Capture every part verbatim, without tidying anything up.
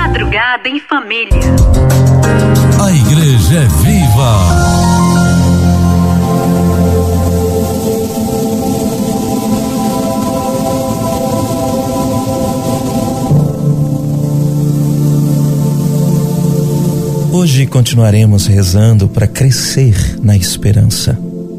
Madrugada em família. A igreja é viva. Hoje continuaremos rezando para crescer na esperança.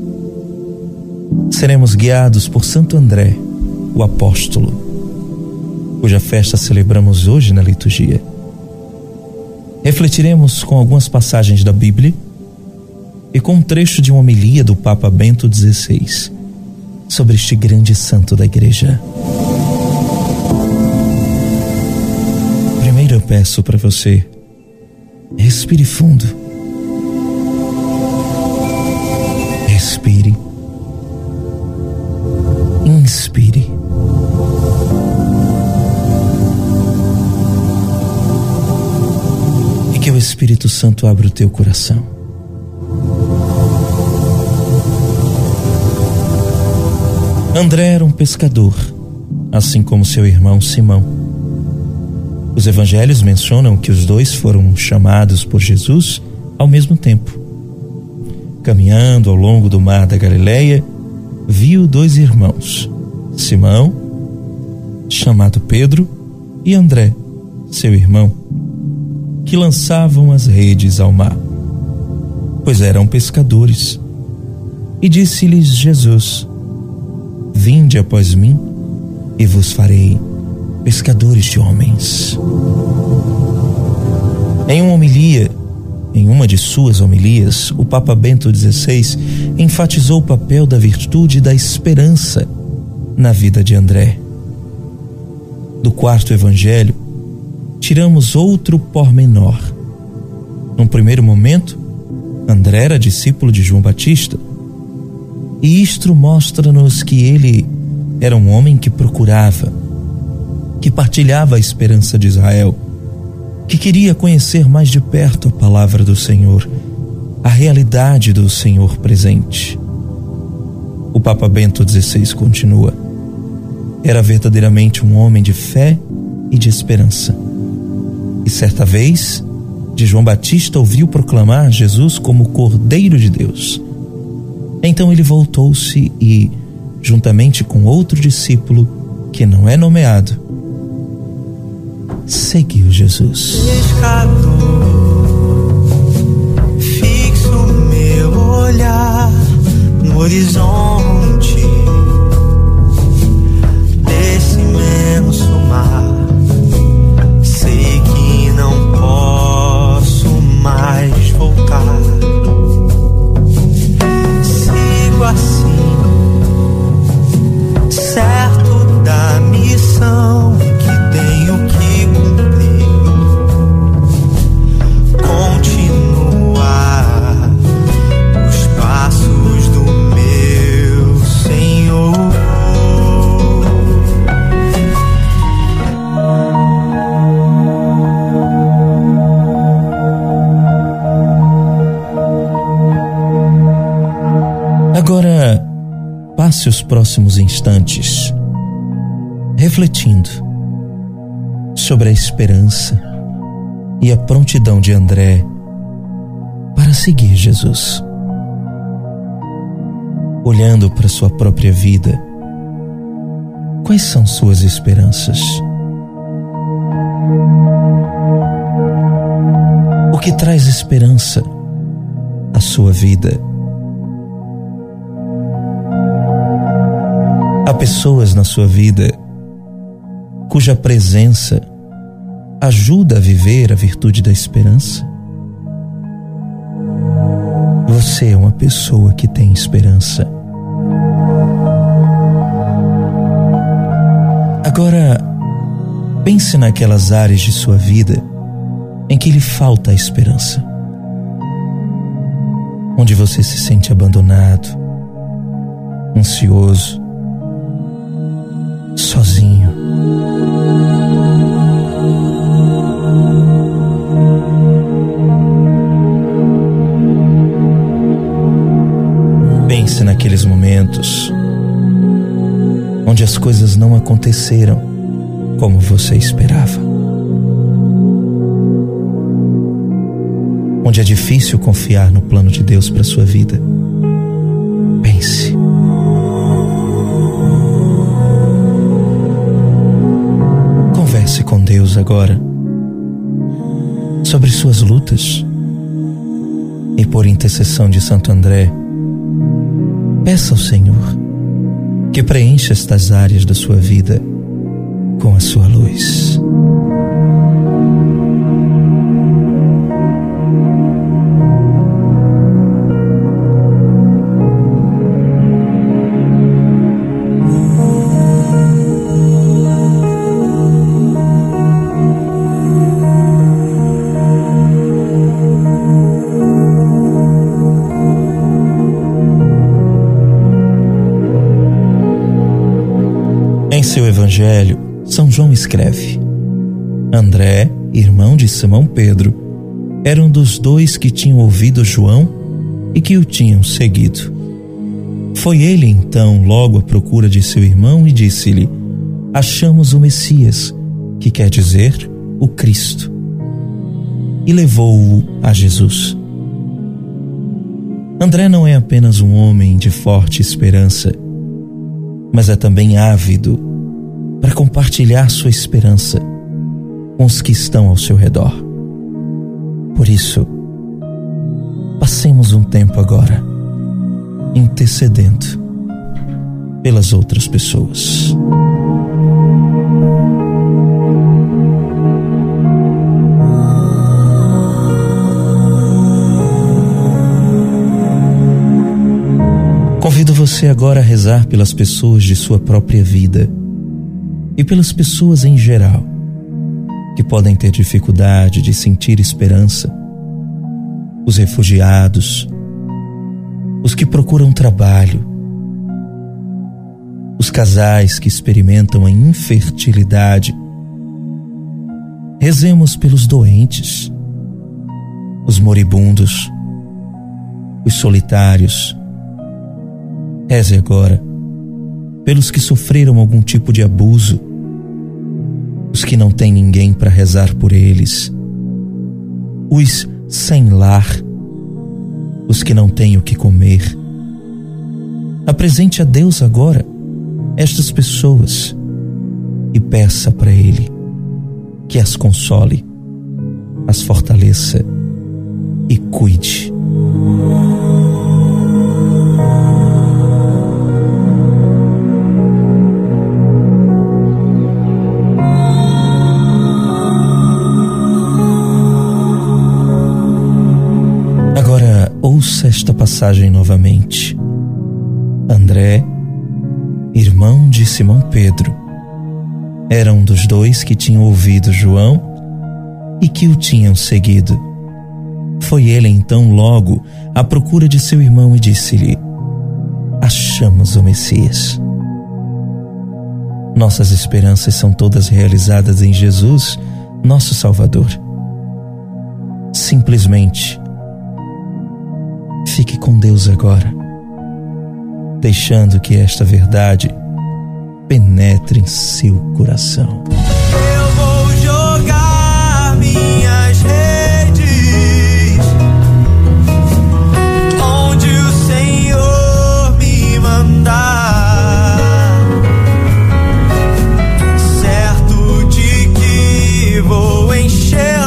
Seremos guiados por Santo André, o apóstolo, cuja festa celebramos hoje na liturgia. Refletiremos com algumas passagens da Bíblia e com um trecho de uma homilia do Papa Bento dezesseis sobre este grande santo da igreja. Primeiro eu peço para você, respire fundo. Respire. Inspire. E que o Espírito Santo abra o teu coração. André era um pescador, assim como seu irmão Simão. Os evangelhos mencionam que os dois foram chamados por Jesus ao mesmo tempo. Caminhando ao longo do mar da Galileia, viu dois irmãos, Simão, chamado Pedro, e André, seu irmão, que lançavam as redes ao mar, pois eram pescadores. E disse-lhes Jesus: Vinde após mim, e vos farei pescadores de homens. Em uma homilia, em uma de suas homilias, o Papa Bento dezesseis enfatizou o papel da virtude e da esperança na vida de André. Do quarto evangelho, tiramos outro pormenor. Num primeiro momento, André era discípulo de João Batista, e isto mostra-nos que ele era um homem que procurava, que partilhava a esperança de Israel, que queria conhecer mais de perto a palavra do Senhor, a realidade do Senhor presente. O Papa Bento dezesseis continua: era verdadeiramente um homem de fé e de esperança. E certa vez, de João Batista ouviu proclamar Jesus como Cordeiro de Deus. Então ele voltou-se e, juntamente com outro discípulo, que não é nomeado, seguiu Jesus. Pescador, fixo meu olhar no horizonte desse imenso mar. Sei que não posso mais voltar. Sigo assim, certo da missão que tenho que Agora, passe os próximos instantes refletindo sobre a esperança e a prontidão de André para seguir Jesus. Olhando para sua própria vida, quais são suas esperanças? O que traz esperança à sua vida? Há pessoas na sua vida cuja presença ajuda a viver a virtude da esperança? Você é uma pessoa que tem esperança. Agora, pense naquelas áreas de sua vida em que lhe falta a esperança, onde você se sente abandonado, ansioso, sozinho. Pense naqueles momentos onde as coisas não aconteceram como você esperava. onde é difícil confiar no plano de Deus para sua vida. Pense. Converse com Deus agora sobre suas lutas e, por intercessão de Santo André, peça ao Senhor que preencha estas áreas da sua vida com a sua luz. Em seu evangelho, São João escreve: André, irmão de Simão Pedro, era um dos dois que tinham ouvido João e que o tinham seguido. Foi ele então logo à procura de seu irmão e disse-lhe: achamos o Messias, que quer dizer o Cristo. E levou-o a Jesus. André não é apenas um homem de forte esperança, mas é também ávido para compartilhar sua esperança com os que estão ao seu redor. Por isso, passemos um tempo agora intercedendo pelas outras pessoas. Convido você agora a rezar pelas pessoas de sua própria vida e pelas pessoas em geral que podem ter dificuldade de sentir esperança, os refugiados, os que procuram trabalho, os casais que experimentam a infertilidade. Rezemos pelos doentes, os moribundos, os solitários. Reze agora pelos que sofreram algum tipo de abuso, os que não têm ninguém para rezar por eles, os sem lar, os que não têm o que comer. Apresente a Deus agora estas pessoas e peça para Ele que as console, as fortaleça e cuide. Ouça esta passagem novamente. André, irmão de Simão Pedro, era um dos dois que tinham ouvido João e que o tinham seguido. Foi ele então logo à procura de seu irmão e disse-lhe: achamos o Messias. Nossas esperanças são todas realizadas em Jesus, nosso Salvador. Simplesmente fique com Deus agora, deixando que esta verdade penetre em seu coração. Eu vou jogar minhas redes onde o Senhor me mandar, certo de que vou encher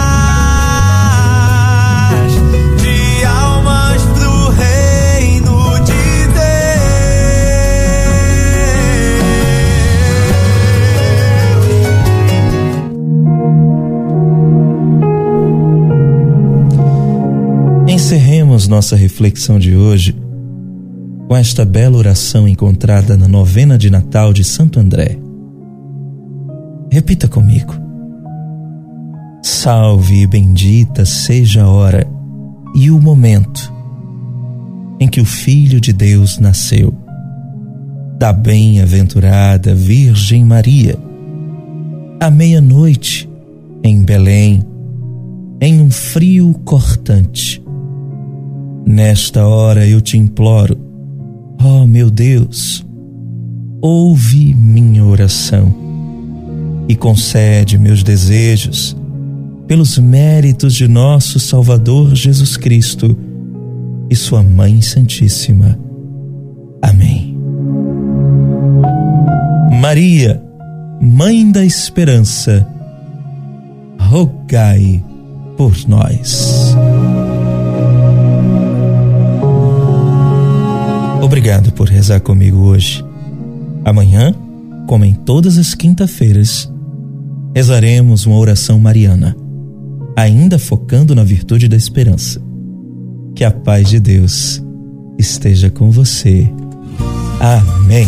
Encerremos nossa reflexão de hoje com esta bela oração encontrada na novena de Natal de Santo André. Repita comigo: salve e bendita seja a hora e o momento em que o Filho de Deus nasceu, da bem-aventurada Virgem Maria, à meia-noite, em Belém, em um frio cortante. Nesta hora eu te imploro, ó meu Deus, ouve minha oração e concede meus desejos pelos méritos de nosso Salvador Jesus Cristo e sua Mãe Santíssima. Amém. Maria, Mãe da Esperança, rogai por nós. Obrigado por rezar comigo hoje. Amanhã, como em todas as quinta-feiras, rezaremos uma oração mariana, ainda focando na virtude da esperança. Que a paz de Deus esteja com você. Amém.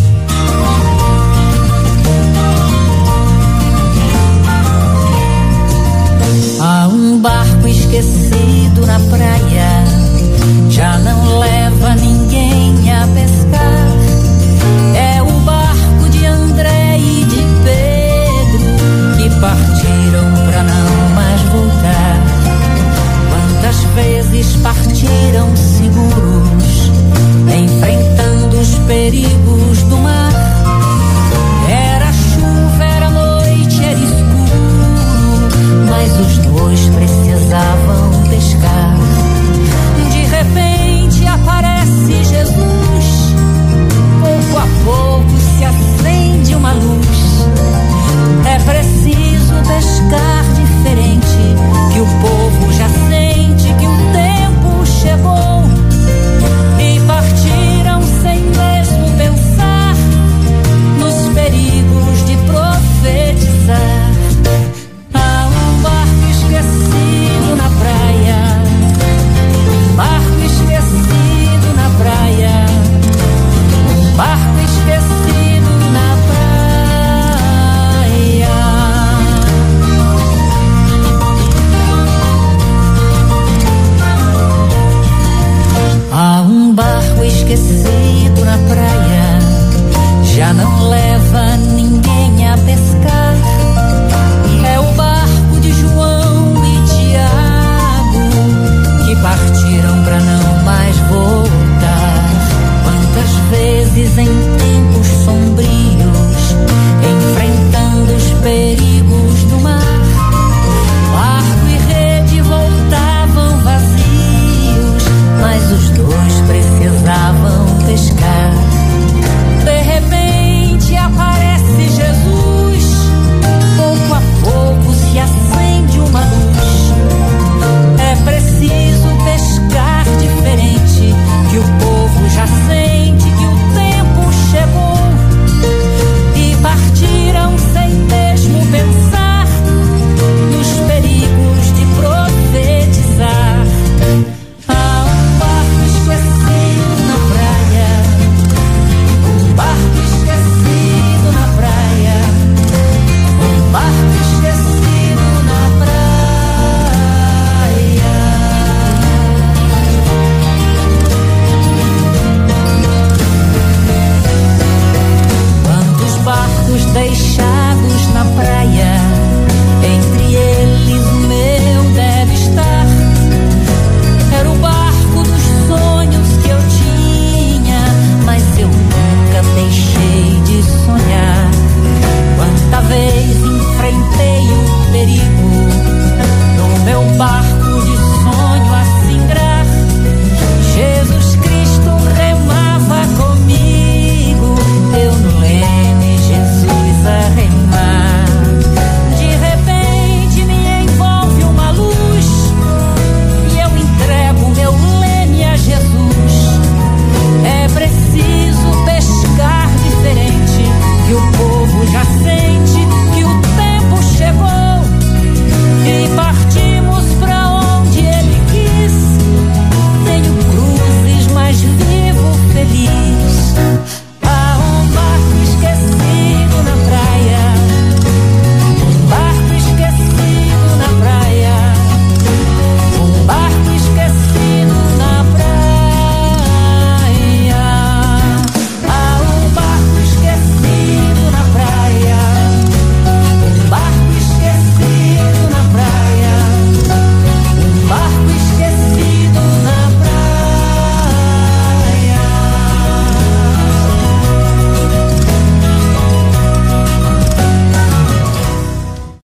Há um barco esquecido na praia, já não leva ninguém a pescar. É o barco de André e de Pedro que partiu